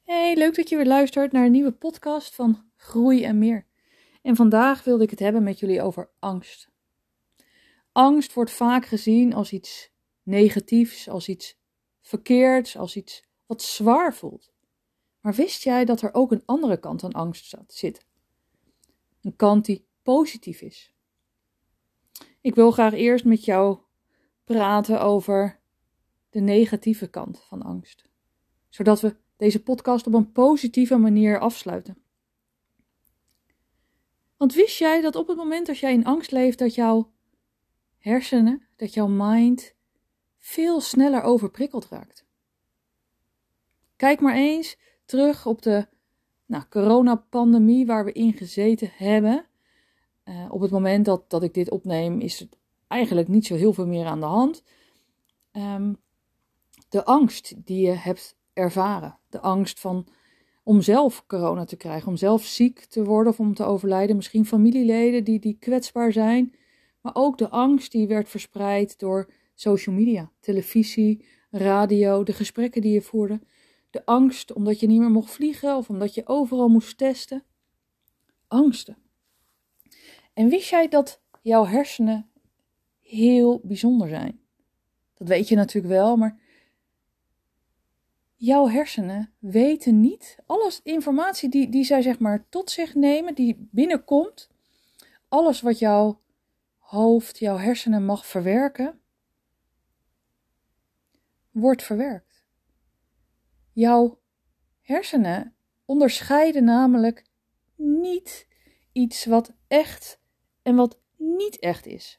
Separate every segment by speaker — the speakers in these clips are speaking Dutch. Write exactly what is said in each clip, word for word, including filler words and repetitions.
Speaker 1: Hey, leuk dat je weer luistert naar een nieuwe podcast van Groei en Meer. En vandaag wilde ik het hebben met jullie over angst. Angst wordt vaak gezien als iets negatiefs, als iets verkeerds, als iets wat zwaar voelt. Maar wist jij dat er ook een andere kant aan angst zit? Een kant die positief is. Ik wil graag eerst met jou praten over de negatieve kant van angst. Zodat we deze podcast op een positieve manier afsluiten. Want wist jij dat op het moment dat jij in angst leeft, dat jouw hersenen, dat jouw mind veel sneller overprikkeld raakt? Kijk maar eens terug op de nou, coronapandemie waar we in gezeten hebben. Uh, op het moment dat, dat ik dit opneem is het eigenlijk niet zo heel veel meer aan de hand. Um, de angst die je hebt ervaren. De angst van, om zelf corona te krijgen, om zelf ziek te worden of om te overlijden. Misschien familieleden die, die kwetsbaar zijn. Maar ook de angst die werd verspreid door social media, televisie, radio, de gesprekken die je voerde. De angst omdat je niet meer mocht vliegen of omdat je overal moest testen. Angsten. En wist jij dat jouw hersenen heel bijzonder zijn? Dat weet je natuurlijk wel, maar jouw hersenen weten niet, alles informatie die, die zij zeg maar tot zich nemen, die binnenkomt, alles wat jouw hoofd, jouw hersenen mag verwerken, wordt verwerkt. Jouw hersenen onderscheiden namelijk niet iets wat echt en wat niet echt is.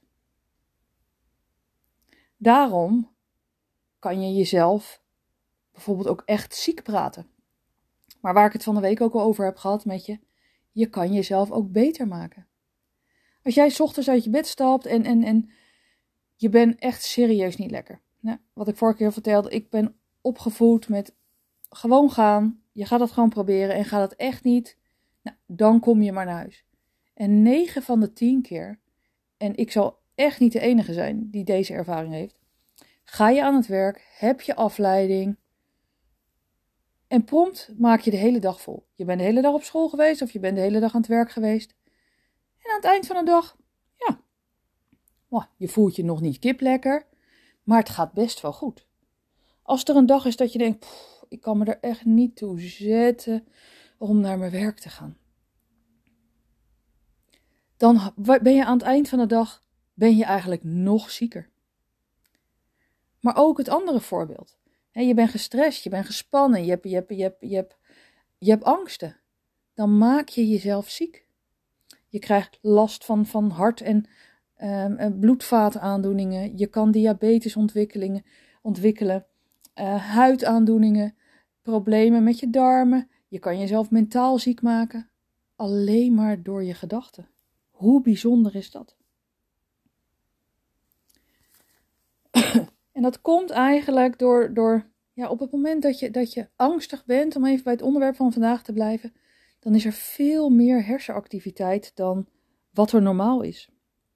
Speaker 1: Daarom kan je jezelf bijvoorbeeld ook echt ziek praten. Maar waar ik het van de week ook al over heb gehad met je, je kan jezelf ook beter maken. Als jij 's ochtends uit je bed stapt en, en, en je bent echt serieus niet lekker. Nou, wat ik vorige keer vertelde, ik ben opgevoed met gewoon gaan. Je gaat het gewoon proberen en gaat het echt niet, nou, dan kom je maar naar huis. En negen van de tien keer, en ik zal echt niet de enige zijn die deze ervaring heeft, ga je aan het werk, heb je afleiding en prompt maak je de hele dag vol. Je bent de hele dag op school geweest of je bent de hele dag aan het werk geweest. En aan het eind van de dag, ja, oh, je voelt je nog niet kip lekker, maar het gaat best wel goed. Als er een dag is dat je denkt, pff, ik kan me er echt niet toe zetten om naar mijn werk te gaan. Dan ben je aan het eind van de dag, ben je eigenlijk nog zieker. Maar ook het andere voorbeeld. He, je bent gestrest, je bent gespannen, je hebt, je, hebt, je, hebt, je, hebt, je hebt angsten. Dan maak je jezelf ziek. Je krijgt last van, van hart- en um, bloedvaataandoeningen. Je kan diabetes ontwikkelingen, ontwikkelen. Uh, huidaandoeningen. Problemen met je darmen. Je kan jezelf mentaal ziek maken. Alleen maar door je gedachten. Hoe bijzonder is dat? En dat komt eigenlijk door, door ja, op het moment dat je, dat je angstig bent, om even bij het onderwerp van vandaag te blijven, dan is er veel meer hersenactiviteit dan wat er normaal is.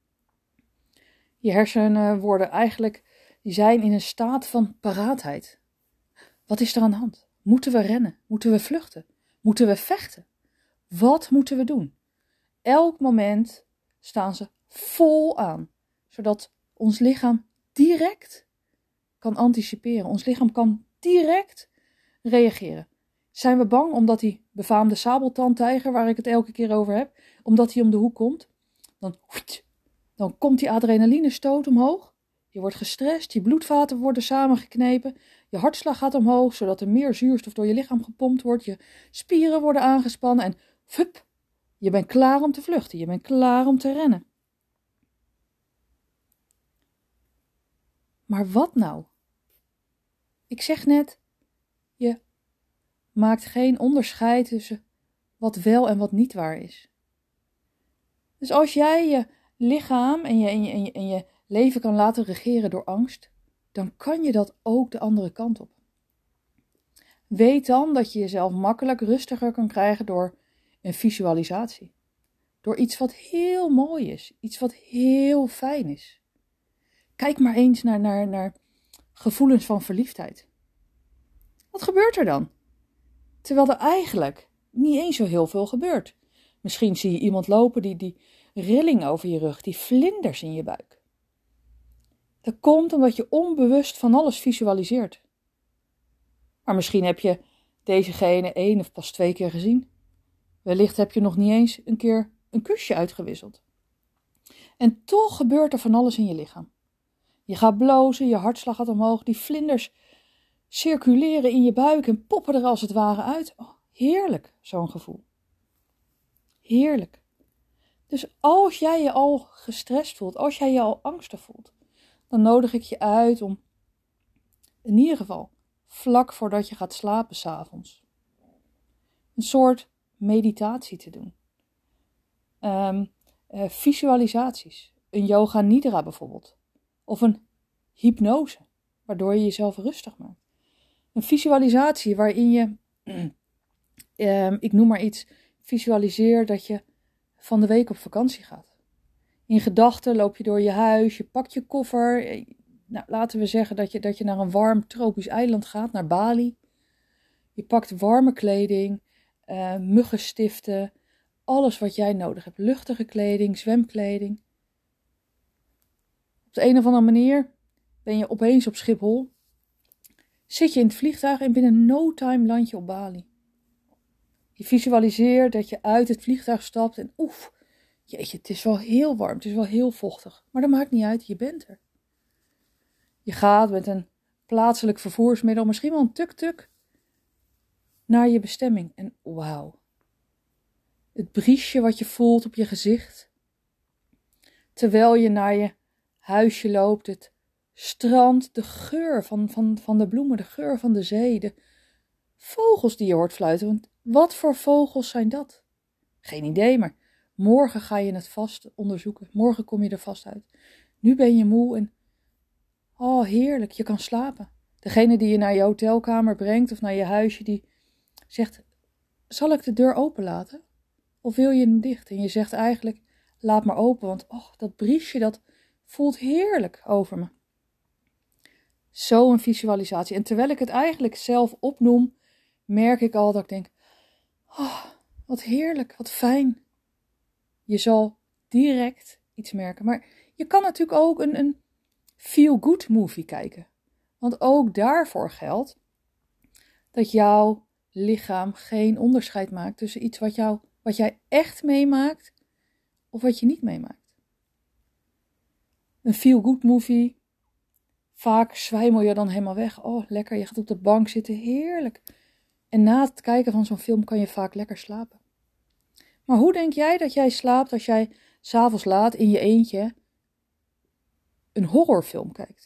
Speaker 1: Je hersenen worden eigenlijk, die zijn in een staat van paraatheid. Wat is er aan de hand? Moeten we rennen? Moeten we vluchten? Moeten we vechten? Wat moeten we doen? Elk moment staan ze vol aan, zodat ons lichaam direct kan anticiperen. Ons lichaam kan direct reageren. Zijn we bang omdat die befaamde sabeltandtijger, waar ik het elke keer over heb, omdat hij om de hoek komt, dan, dan komt die adrenalinestoot omhoog. Je wordt gestrest, je bloedvaten worden samengeknepen, je hartslag gaat omhoog, zodat er meer zuurstof door je lichaam gepompt wordt, je spieren worden aangespannen en fup, je bent klaar om te vluchten, je bent klaar om te rennen. Maar wat nou? Ik zeg net, je maakt geen onderscheid tussen wat wel en wat niet waar is. Dus als jij je lichaam en je, en je, en je, en je leven kan laten regeren door angst, dan kan je dat ook de andere kant op. Weet dan dat je jezelf makkelijk rustiger kan krijgen door een visualisatie. Door iets wat heel mooi is, iets wat heel fijn is. Kijk maar eens naar, naar, naar gevoelens van verliefdheid. Wat gebeurt er dan? Terwijl er eigenlijk niet eens zo heel veel gebeurt. Misschien zie je iemand lopen die die rilling over je rug, die vlinders in je buik. Dat komt omdat je onbewust van alles visualiseert. Maar misschien heb je dezegene één of pas twee keer gezien. Wellicht heb je nog niet eens een keer een kusje uitgewisseld. En toch gebeurt er van alles in je lichaam. Je gaat blozen, je hartslag gaat omhoog, die vlinders circuleren in je buik en poppen er als het ware uit. Oh, heerlijk, zo'n gevoel. Heerlijk. Dus als jij je al gestrest voelt, als jij je al angstig voelt, dan nodig ik je uit om in ieder geval vlak voordat je gaat slapen 's avonds een soort meditatie te doen. Um, uh, visualisaties. Een yoga nidra bijvoorbeeld. Of een hypnose, waardoor je jezelf rustig maakt. Een visualisatie waarin je, um, ik noem maar iets, visualiseer dat je van de week op vakantie gaat. In gedachten loop je door je huis, je pakt je koffer. Nou, laten we zeggen dat je, dat je naar een warm tropisch eiland gaat, naar Bali. Je pakt warme kleding, uh, muggenstiften, alles wat jij nodig hebt. Luchtige kleding, zwemkleding. Op de een of andere manier ben je opeens op Schiphol. Zit je in het vliegtuig en binnen no time land je op Bali. Je visualiseert dat je uit het vliegtuig stapt en oef, jeetje, het is wel heel warm, het is wel heel vochtig. Maar dat maakt niet uit, je bent er. Je gaat met een plaatselijk vervoersmiddel, misschien wel een tuk-tuk, naar je bestemming. En wauw, het briesje wat je voelt op je gezicht, terwijl je naar je huisje loopt, het strand, de geur van, van, van de bloemen, de geur van de zee, de vogels die je hoort fluiten. Want wat voor vogels zijn dat? Geen idee, maar morgen ga je het vast onderzoeken. Morgen kom je er vast uit. Nu ben je moe en oh, heerlijk, je kan slapen. Degene die je naar je hotelkamer brengt of naar je huisje, die zegt, zal ik de deur open laten? Of wil je hem dicht? En je zegt eigenlijk, laat maar open, want oh, dat briesje, dat voelt heerlijk over me. Zo'n visualisatie. En terwijl ik het eigenlijk zelf opnoem, merk ik al dat ik denk, oh, wat heerlijk, wat fijn. Je zal direct iets merken. Maar je kan natuurlijk ook een, een feel-good movie kijken. Want ook daarvoor geldt dat jouw lichaam geen onderscheid maakt tussen iets wat, jou, wat jij echt meemaakt of wat je niet meemaakt. Een feel-good movie, vaak zwijmel je dan helemaal weg. Oh, lekker, je gaat op de bank zitten, heerlijk. En na het kijken van zo'n film kan je vaak lekker slapen. Maar hoe denk jij dat jij slaapt als jij 's avonds laat in je eentje een horrorfilm kijkt?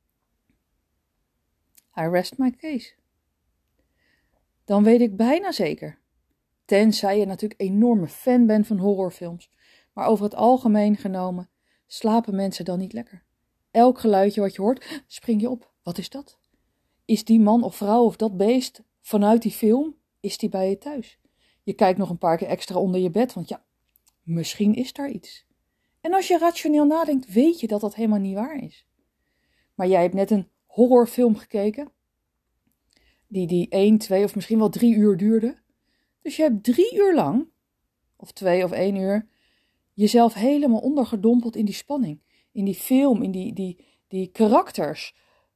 Speaker 1: I rest my case. Dan weet ik bijna zeker, tenzij je natuurlijk enorme fan bent van horrorfilms, maar over het algemeen genomen slapen mensen dan niet lekker. Elk geluidje wat je hoort, spring je op. Wat is dat? Is die man of vrouw of dat beest vanuit die film, is die bij je thuis? Je kijkt nog een paar keer extra onder je bed, want ja, misschien is daar iets. En als je rationeel nadenkt, weet je dat dat helemaal niet waar is. Maar jij hebt net een horrorfilm gekeken, die die één, twee of misschien wel drie uur duurde. Dus je hebt drie uur lang, of twee of één uur, jezelf helemaal ondergedompeld in die spanning. In die film, in die, die, die karakters.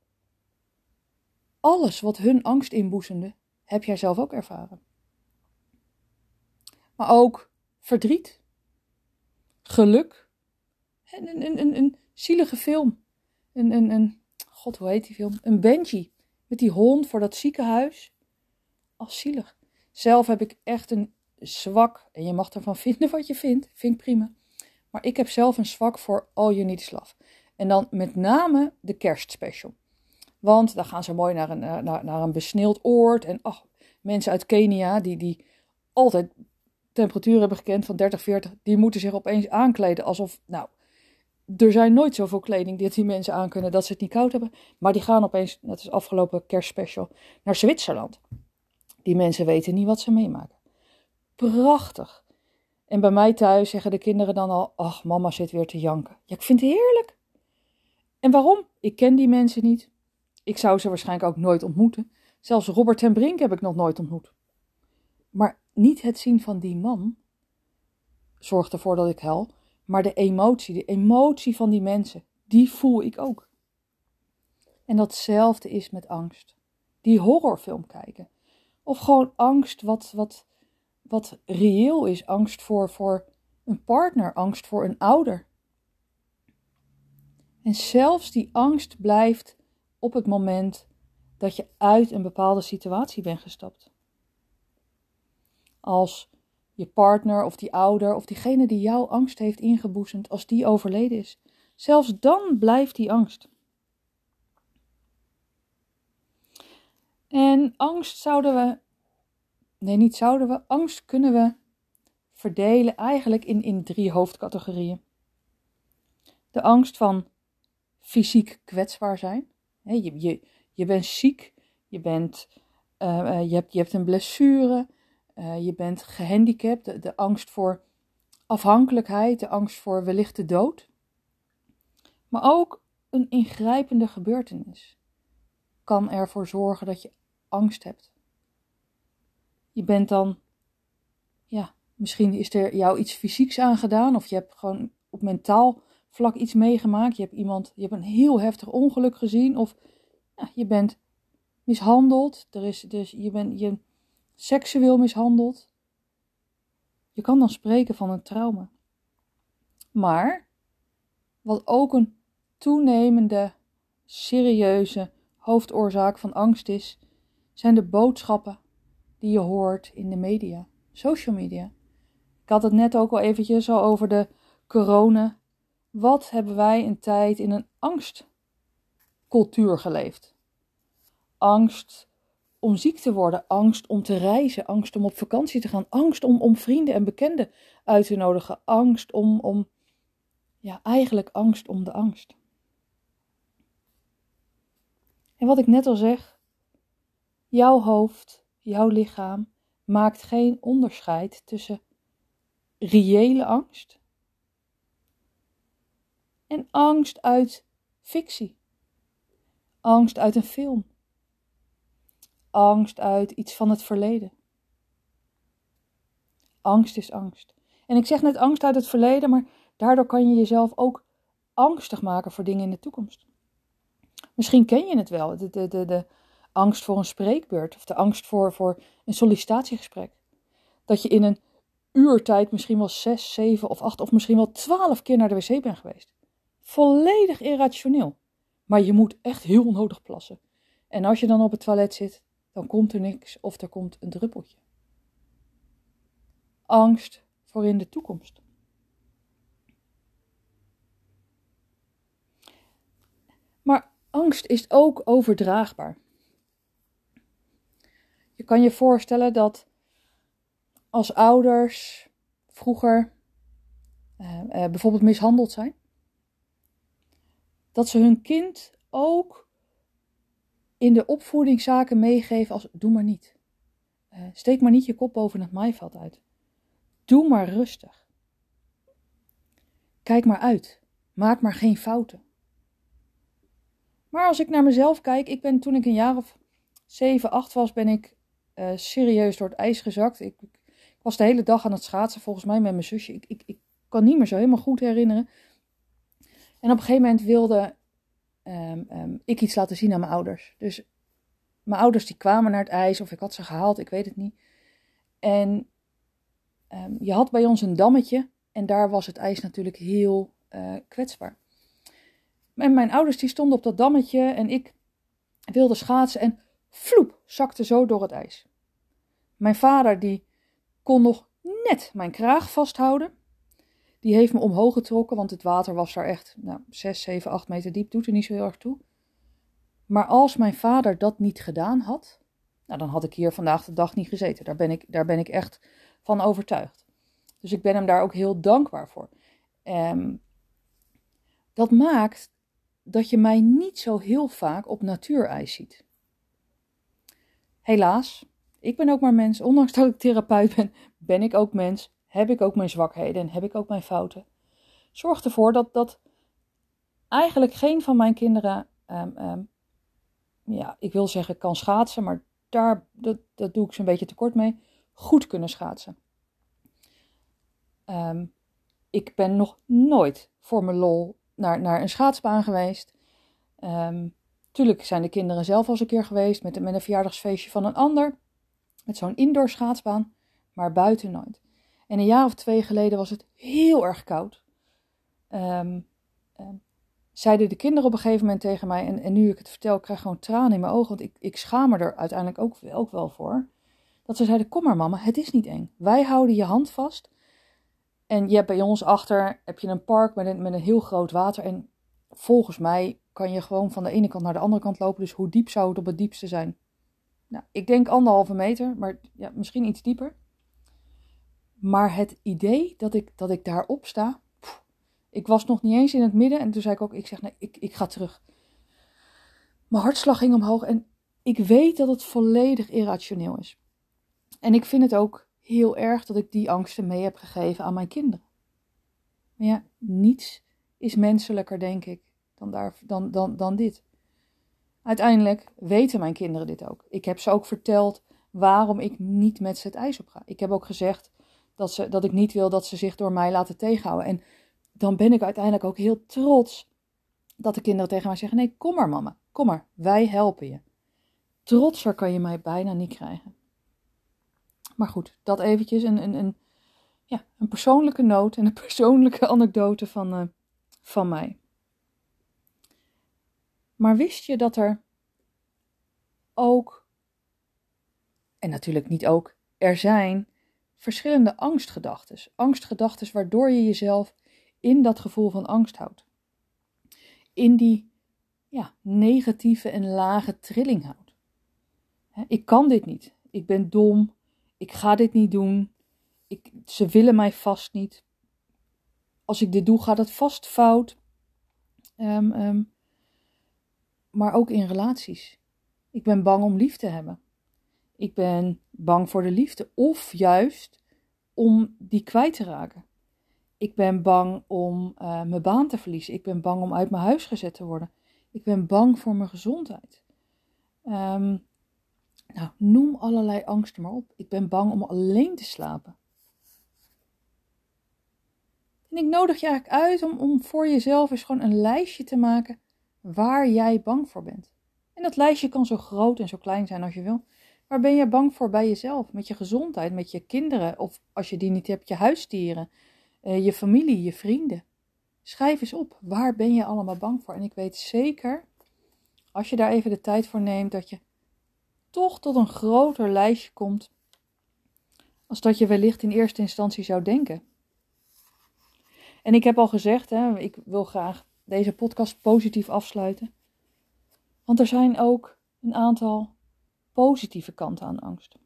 Speaker 1: Alles wat hun angst inboezemde, heb jij zelf ook ervaren. Maar ook verdriet, geluk, en een, een, een, een zielige film. Een, een, een, God, hoe heet die film? Een Benji, met die hond voor dat ziekenhuis. Als zielig. Zelf heb ik echt een zwak, en je mag ervan vinden wat je vindt, vind ik prima. Maar ik heb zelf een zwak voor All You Need Is Love. En dan met name de kerstspecial. Want dan gaan ze mooi naar een, naar, naar een besneeuwd oord. En ach, mensen uit Kenia die, die altijd temperatuur hebben gekend van dertig, veertig. Die moeten zich opeens aankleden alsof, nou, er zijn nooit zoveel kleding die die mensen aankunnen dat ze het niet koud hebben. Maar die gaan opeens, net als afgelopen kerstspecial, naar Zwitserland. Die mensen weten niet wat ze meemaken. Prachtig. En bij mij thuis zeggen de kinderen dan al, ach, mama zit weer te janken. Ja, ik vind het heerlijk. En waarom? Ik ken die mensen niet. Ik zou ze waarschijnlijk ook nooit ontmoeten. Zelfs Robert ten Brink heb ik nog nooit ontmoet. Maar niet het zien van die man zorgt ervoor dat ik huil. Maar de emotie, de emotie van die mensen, die voel ik ook. En datzelfde is met angst. Die horrorfilm kijken. Of gewoon angst wat, wat, wat reëel is. Angst voor, voor een partner, angst voor een ouder. En zelfs die angst blijft op het moment dat je uit een bepaalde situatie bent gestapt. Als je partner of die ouder of diegene die jouw angst heeft ingeboezemd, als die overleden is. Zelfs dan blijft die angst. En angst zouden we, nee niet zouden we, angst kunnen we verdelen eigenlijk in, in drie hoofdcategorieën. De angst van fysiek kwetsbaar zijn. He, je, je, je bent ziek, je, bent, uh, je, hebt, je hebt een blessure, uh, je bent gehandicapt, de, de angst voor afhankelijkheid, de angst voor wellicht de dood. Maar ook een ingrijpende gebeurtenis kan ervoor zorgen dat je angst hebt. Je bent dan, ja, misschien is er jou iets fysieks aangedaan of je hebt gewoon op mentaal vlak iets meegemaakt. Je hebt iemand, je hebt een heel heftig ongeluk gezien of ja, je bent mishandeld. Er is, dus je bent je seksueel mishandeld. Je kan dan spreken van een trauma. Maar wat ook een toenemende, serieuze hoofdoorzaak van angst is, zijn de boodschappen die je hoort in de media, social media. Ik had het net ook al eventjes al over de corona. Wat hebben wij een tijd in een angstcultuur geleefd? Angst om ziek te worden, angst om te reizen, angst om op vakantie te gaan, angst om, om vrienden en bekenden uit te nodigen, angst om, om, ja, eigenlijk angst om de angst. En wat ik net al zeg, jouw hoofd, jouw lichaam maakt geen onderscheid tussen reële angst en angst uit fictie. Angst uit een film. Angst uit iets van het verleden. Angst is angst. En ik zeg net angst uit het verleden, maar daardoor kan je jezelf ook angstig maken voor dingen in de toekomst. Misschien ken je het wel, de, de, de, de angst voor een spreekbeurt of de angst voor, voor een sollicitatiegesprek. Dat je in een uurtijd misschien wel zes, zeven of acht of misschien wel twaalf keer naar de wc bent geweest. Volledig irrationeel. Maar je moet echt heel onnodig plassen. En als je dan op het toilet zit, dan komt er niks of er komt een druppeltje. Angst voor in de toekomst. Maar angst is ook overdraagbaar. Je kan je voorstellen dat als ouders vroeger uh, uh, bijvoorbeeld mishandeld zijn, dat ze hun kind ook in de opvoedingszaken meegeven als doe maar niet. Uh, steek maar niet je kop boven het maaiveld uit. Doe maar rustig. Kijk maar uit. Maak maar geen fouten. Maar als ik naar mezelf kijk, ik ben toen ik een jaar of zeven, acht was, ben ik uh, serieus door het ijs gezakt. Ik, ik was de hele dag aan het schaatsen, volgens mij met mijn zusje. Ik, ik, ik kan niet meer zo helemaal goed herinneren. En op een gegeven moment wilde um, um, ik iets laten zien aan mijn ouders. Dus mijn ouders die kwamen naar het ijs, of ik had ze gehaald, ik weet het niet. En um, je had bij ons een dammetje en daar was het ijs natuurlijk heel uh, kwetsbaar. En mijn ouders die stonden op dat dammetje en ik wilde schaatsen en vloep, zakte zo door het ijs. Mijn vader die kon nog net mijn kraag vasthouden. Die heeft me omhoog getrokken, want het water was daar echt nou, zes, zeven, acht meter diep, doet er niet zo heel erg toe. Maar als mijn vader dat niet gedaan had, nou, dan had ik hier vandaag de dag niet gezeten. Daar ben ik, daar ben ik echt van overtuigd. Dus ik ben hem daar ook heel dankbaar voor. Um, dat maakt dat je mij niet zo heel vaak op natuurijs ziet. Helaas, ik ben ook maar mens. Ondanks dat ik therapeut ben, ben ik ook mens. Heb ik ook mijn zwakheden en heb ik ook mijn fouten. Zorg ervoor dat, dat eigenlijk geen van mijn kinderen, um, um, ja, ik wil zeggen kan schaatsen, maar daar, dat, dat doe ik ze een beetje tekort mee. goed kunnen schaatsen. Um, ik ben nog nooit voor mijn lol naar, naar een schaatsbaan geweest. Um, tuurlijk zijn de kinderen zelf al eens een keer geweest met, met een verjaardagsfeestje van een ander. Met zo'n indoor schaatsbaan, maar buiten nooit. En een jaar of twee geleden was het heel erg koud. Um, um, zeiden de kinderen op een gegeven moment tegen mij, en, en nu ik het vertel, ik krijg gewoon tranen in mijn ogen, want ik, ik schaam me er uiteindelijk ook, ook wel voor. Dat ze zeiden, kom maar mama, het is niet eng. Wij houden je hand vast. En je hebt bij ons achter, heb je een park met een, met een heel groot water. En volgens mij kan je gewoon van de ene kant naar de andere kant lopen. Dus hoe diep zou het op het diepste zijn? Nou, ik denk anderhalve meter, maar ja, misschien iets dieper. Maar het idee dat ik, dat ik daarop sta, pff, ik was nog niet eens in het midden. En toen zei ik ook, ik zeg nee, ik, ik ga terug. Mijn hartslag ging omhoog en ik weet dat het volledig irrationeel is. En ik vind het ook heel erg dat ik die angsten mee heb gegeven aan mijn kinderen. Maar ja, niets is menselijker, denk ik, dan, daar, dan, dan, dan dit. Uiteindelijk weten mijn kinderen dit ook. Ik heb ze ook verteld waarom ik niet met ze het ijs op ga. Ik heb ook gezegd dat, ze, dat ik niet wil dat ze zich door mij laten tegenhouden. En dan ben ik uiteindelijk ook heel trots dat de kinderen tegen mij zeggen, nee, kom maar mama, kom maar, wij helpen je. Trotser kan je mij bijna niet krijgen. Maar goed, dat eventjes een, een, een, ja, een persoonlijke noot en een persoonlijke anekdote van, uh, van mij. Maar wist je dat er ook, en natuurlijk niet ook, er zijn verschillende angstgedachten. Angstgedachten waardoor je jezelf in dat gevoel van angst houdt. In die ja, negatieve en lage trilling houdt. Hè, ik kan dit niet. Ik ben dom. Ik ga dit niet doen. Ik, ze willen mij vast niet. Als ik dit doe, gaat het vast fout. Um, um, maar ook in relaties. Ik ben bang om lief te hebben. Ik ben bang voor de liefde. Of juist om die kwijt te raken. Ik ben bang om uh, mijn baan te verliezen. Ik ben bang om uit mijn huis gezet te worden. Ik ben bang voor mijn gezondheid. Um, nou, noem allerlei angsten maar op. Ik ben bang om alleen te slapen. En ik nodig je eigenlijk uit om, om voor jezelf eens gewoon een lijstje te maken waar jij bang voor bent. En dat lijstje kan zo groot en zo klein zijn als je wil. Waar ben je bang voor bij jezelf? Met je gezondheid, met je kinderen of als je die niet hebt, je huisdieren, uh, je familie, je vrienden. Schrijf eens op, waar ben je allemaal bang voor? En ik weet zeker, als je daar even de tijd voor neemt, dat je toch tot een groter lijstje komt als dat je wellicht in eerste instantie zou denken. En ik heb al gezegd, hè, ik wil graag deze podcast positief afsluiten. Want er zijn ook een aantal positieve kanten aan angst.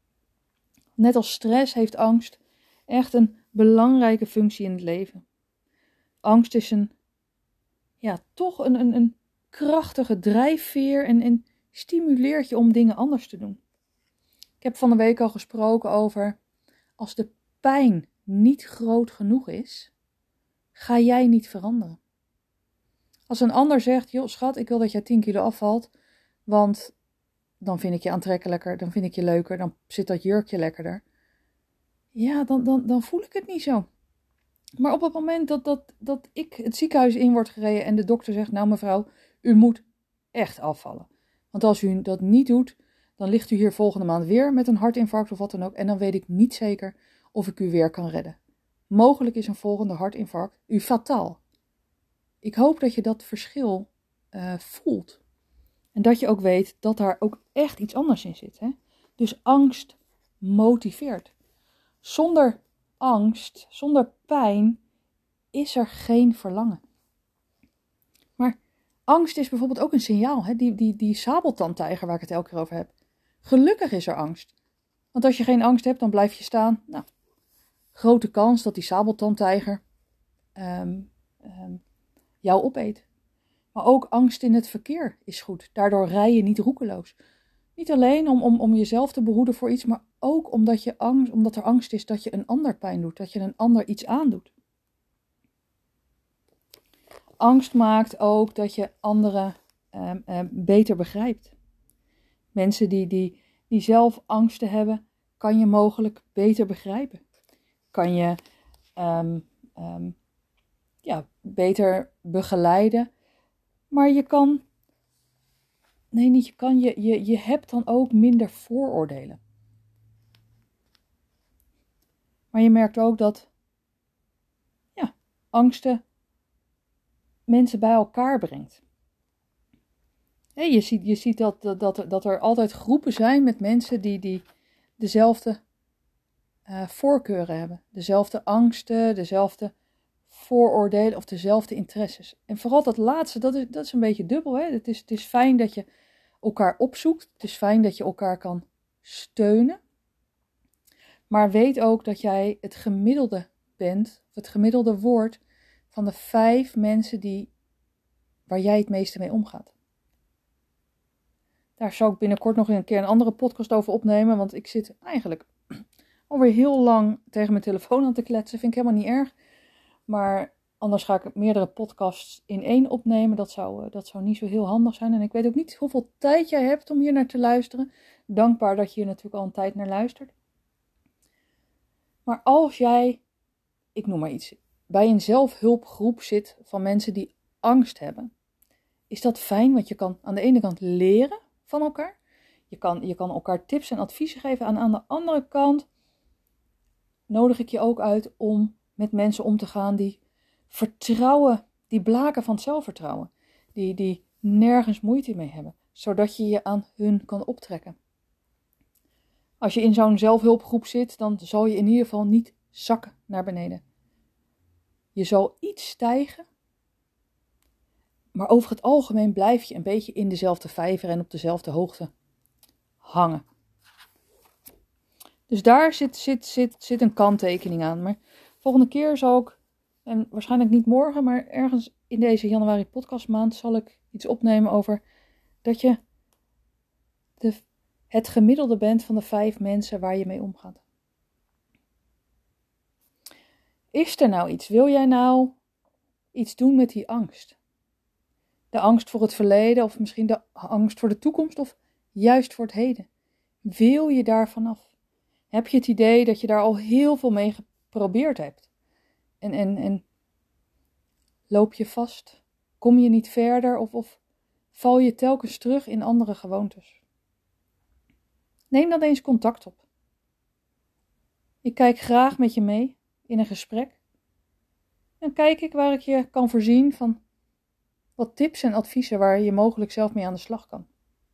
Speaker 1: Net als stress heeft angst echt een belangrijke functie in het leven. Angst is een, ja, toch een, een, een krachtige drijfveer en, en stimuleert je om dingen anders te doen. Ik heb van de week al gesproken over, als de pijn niet groot genoeg is, ga jij niet veranderen. Als een ander zegt, joh schat, ik wil dat jij tien kilo afvalt, want dan vind ik je aantrekkelijker, dan vind ik je leuker, dan zit dat jurkje lekkerder. Ja, dan, dan, dan voel ik het niet zo. Maar op het moment dat, dat, dat ik het ziekenhuis in word gereden en de dokter zegt, nou mevrouw, u moet echt afvallen. Want als u dat niet doet, dan ligt u hier volgende maand weer met een hartinfarct of wat dan ook. En dan weet ik niet zeker of ik u weer kan redden. Mogelijk is een volgende hartinfarct u fataal. Ik hoop dat je dat verschil uh, voelt. En dat je ook weet dat daar ook echt iets anders in zit. Hè? Dus angst motiveert. Zonder angst, zonder pijn, is er geen verlangen. Maar angst is bijvoorbeeld ook een signaal. Hè? Die, die, die sabeltandtijger waar ik het elke keer over heb. Gelukkig is er angst. Want als je geen angst hebt, dan blijf je staan. Nou, grote kans dat die sabeltandtijger um, um, jou opeet. Maar ook angst in het verkeer is goed. Daardoor rij je niet roekeloos. Niet alleen om, om, om jezelf te behoeden voor iets, maar ook omdat, je angst, omdat er angst is dat je een ander pijn doet. Dat je een ander iets aandoet. Angst maakt ook dat je anderen uh, uh, beter begrijpt. Mensen die, die, die zelf angsten hebben, kan je mogelijk beter begrijpen. Kan je um, um, ja, beter begeleiden. Maar je kan, nee niet je kan, je, je, je hebt dan ook minder vooroordelen. Maar je merkt ook dat ja, angsten mensen bij elkaar brengt. Hey, je ziet, je ziet dat, dat, dat, er, dat er altijd groepen zijn met mensen die, die dezelfde uh, voorkeuren hebben. Dezelfde angsten, dezelfde vooroordelen of dezelfde interesses. En vooral dat laatste, dat is, dat is een beetje dubbel. Hè? Het is, het is fijn dat je elkaar opzoekt. Het is fijn dat je elkaar kan steunen. Maar weet ook dat jij het gemiddelde bent, of het gemiddelde wordt van de vijf mensen die, waar jij het meeste mee omgaat. Daar zal ik binnenkort nog een keer een andere podcast over opnemen, want ik zit eigenlijk alweer heel lang tegen mijn telefoon aan te kletsen. Vind ik helemaal niet erg. Maar anders ga ik meerdere podcasts in één opnemen. Dat zou, dat zou niet zo heel handig zijn. En ik weet ook niet hoeveel tijd jij hebt om hier naar te luisteren. Dankbaar dat je hier natuurlijk al een tijd naar luistert. Maar als jij, ik noem maar iets, bij een zelfhulpgroep zit van mensen die angst hebben, is dat fijn, want je kan aan de ene kant leren van elkaar. Je kan, je kan elkaar tips en adviezen geven. En aan de andere kant nodig ik je ook uit om met mensen om te gaan die vertrouwen, die blaken van zelfvertrouwen. Die, die nergens moeite mee hebben. Zodat je je aan hun kan optrekken. Als je in zo'n zelfhulpgroep zit, dan zal je in ieder geval niet zakken naar beneden. Je zal iets stijgen. Maar over het algemeen blijf je een beetje in dezelfde vijver en op dezelfde hoogte hangen. Dus daar zit, zit, zit, zit een kanttekening aan. Maar volgende keer zal ik, en waarschijnlijk niet morgen, maar ergens in deze januari podcastmaand zal ik iets opnemen over dat je de, het gemiddelde bent van de vijf mensen waar je mee omgaat. Is er nou iets? Wil jij nou iets doen met die angst? De angst voor het verleden of misschien de angst voor de toekomst of juist voor het heden. Wil je daar vanaf? Heb je het idee dat je daar al heel veel mee geprobeerd hebt? En, en, en loop je vast? Kom je niet verder of, of val je telkens terug in andere gewoontes? Neem dan eens contact op. Ik kijk graag met je mee in een gesprek. En kijk ik waar ik je kan voorzien van wat tips en adviezen waar je mogelijk zelf mee aan de slag kan.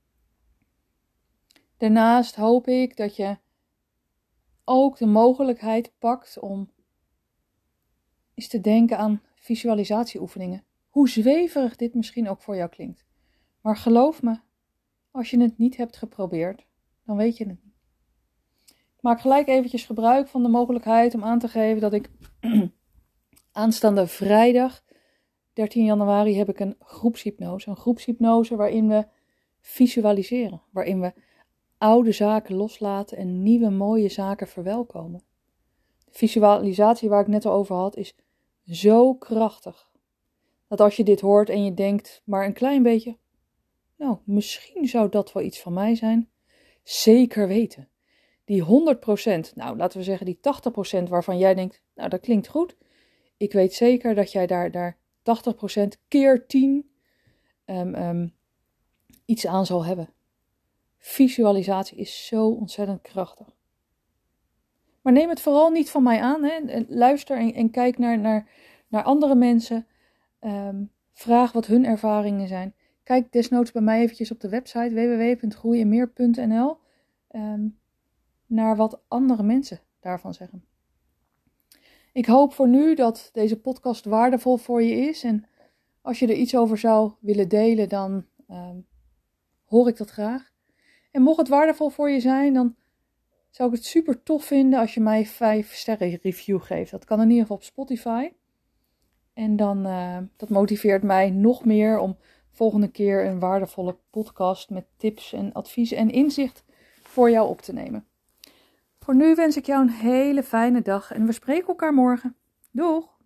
Speaker 1: Daarnaast hoop ik dat je ook de mogelijkheid pakt om eens te denken aan visualisatieoefeningen. Hoe zweverig dit misschien ook voor jou klinkt. Maar geloof me, als je het niet hebt geprobeerd, dan weet je het niet. Ik maak gelijk eventjes gebruik van de mogelijkheid om aan te geven dat ik aanstaande vrijdag, dertien januari, heb ik een groepshypnose. Een groepshypnose waarin we visualiseren. Waarin we oude zaken loslaten en nieuwe mooie zaken verwelkomen. De visualisatie waar ik net al over had is zo krachtig. Dat als je dit hoort en je denkt maar een klein beetje, nou misschien zou dat wel iets van mij zijn. Zeker weten. Die honderd procent, nou laten we zeggen die tachtig procent waarvan jij denkt, nou dat klinkt goed. Ik weet zeker dat jij daar, daar tachtig procent keer tien um, um, iets aan zal hebben. Visualisatie is zo ontzettend krachtig. Maar neem het vooral niet van mij aan. Hè. Luister en, en kijk naar, naar, naar andere mensen. Um, vraag wat hun ervaringen zijn. Kijk desnoods bij mij eventjes op de website w w w punt groeiemeer punt n l um, naar wat andere mensen daarvan zeggen. Ik hoop voor nu dat deze podcast waardevol voor je is. En als je er iets over zou willen delen, dan um, hoor ik dat graag. En mocht het waardevol voor je zijn, dan zou ik het super tof vinden als je mij vijf sterren review geeft. Dat kan in ieder geval op Spotify. En dan, uh, dat motiveert mij nog meer om volgende keer een waardevolle podcast met tips en adviezen en inzicht voor jou op te nemen. Voor nu wens ik jou een hele fijne dag en we spreken elkaar morgen. Doeg!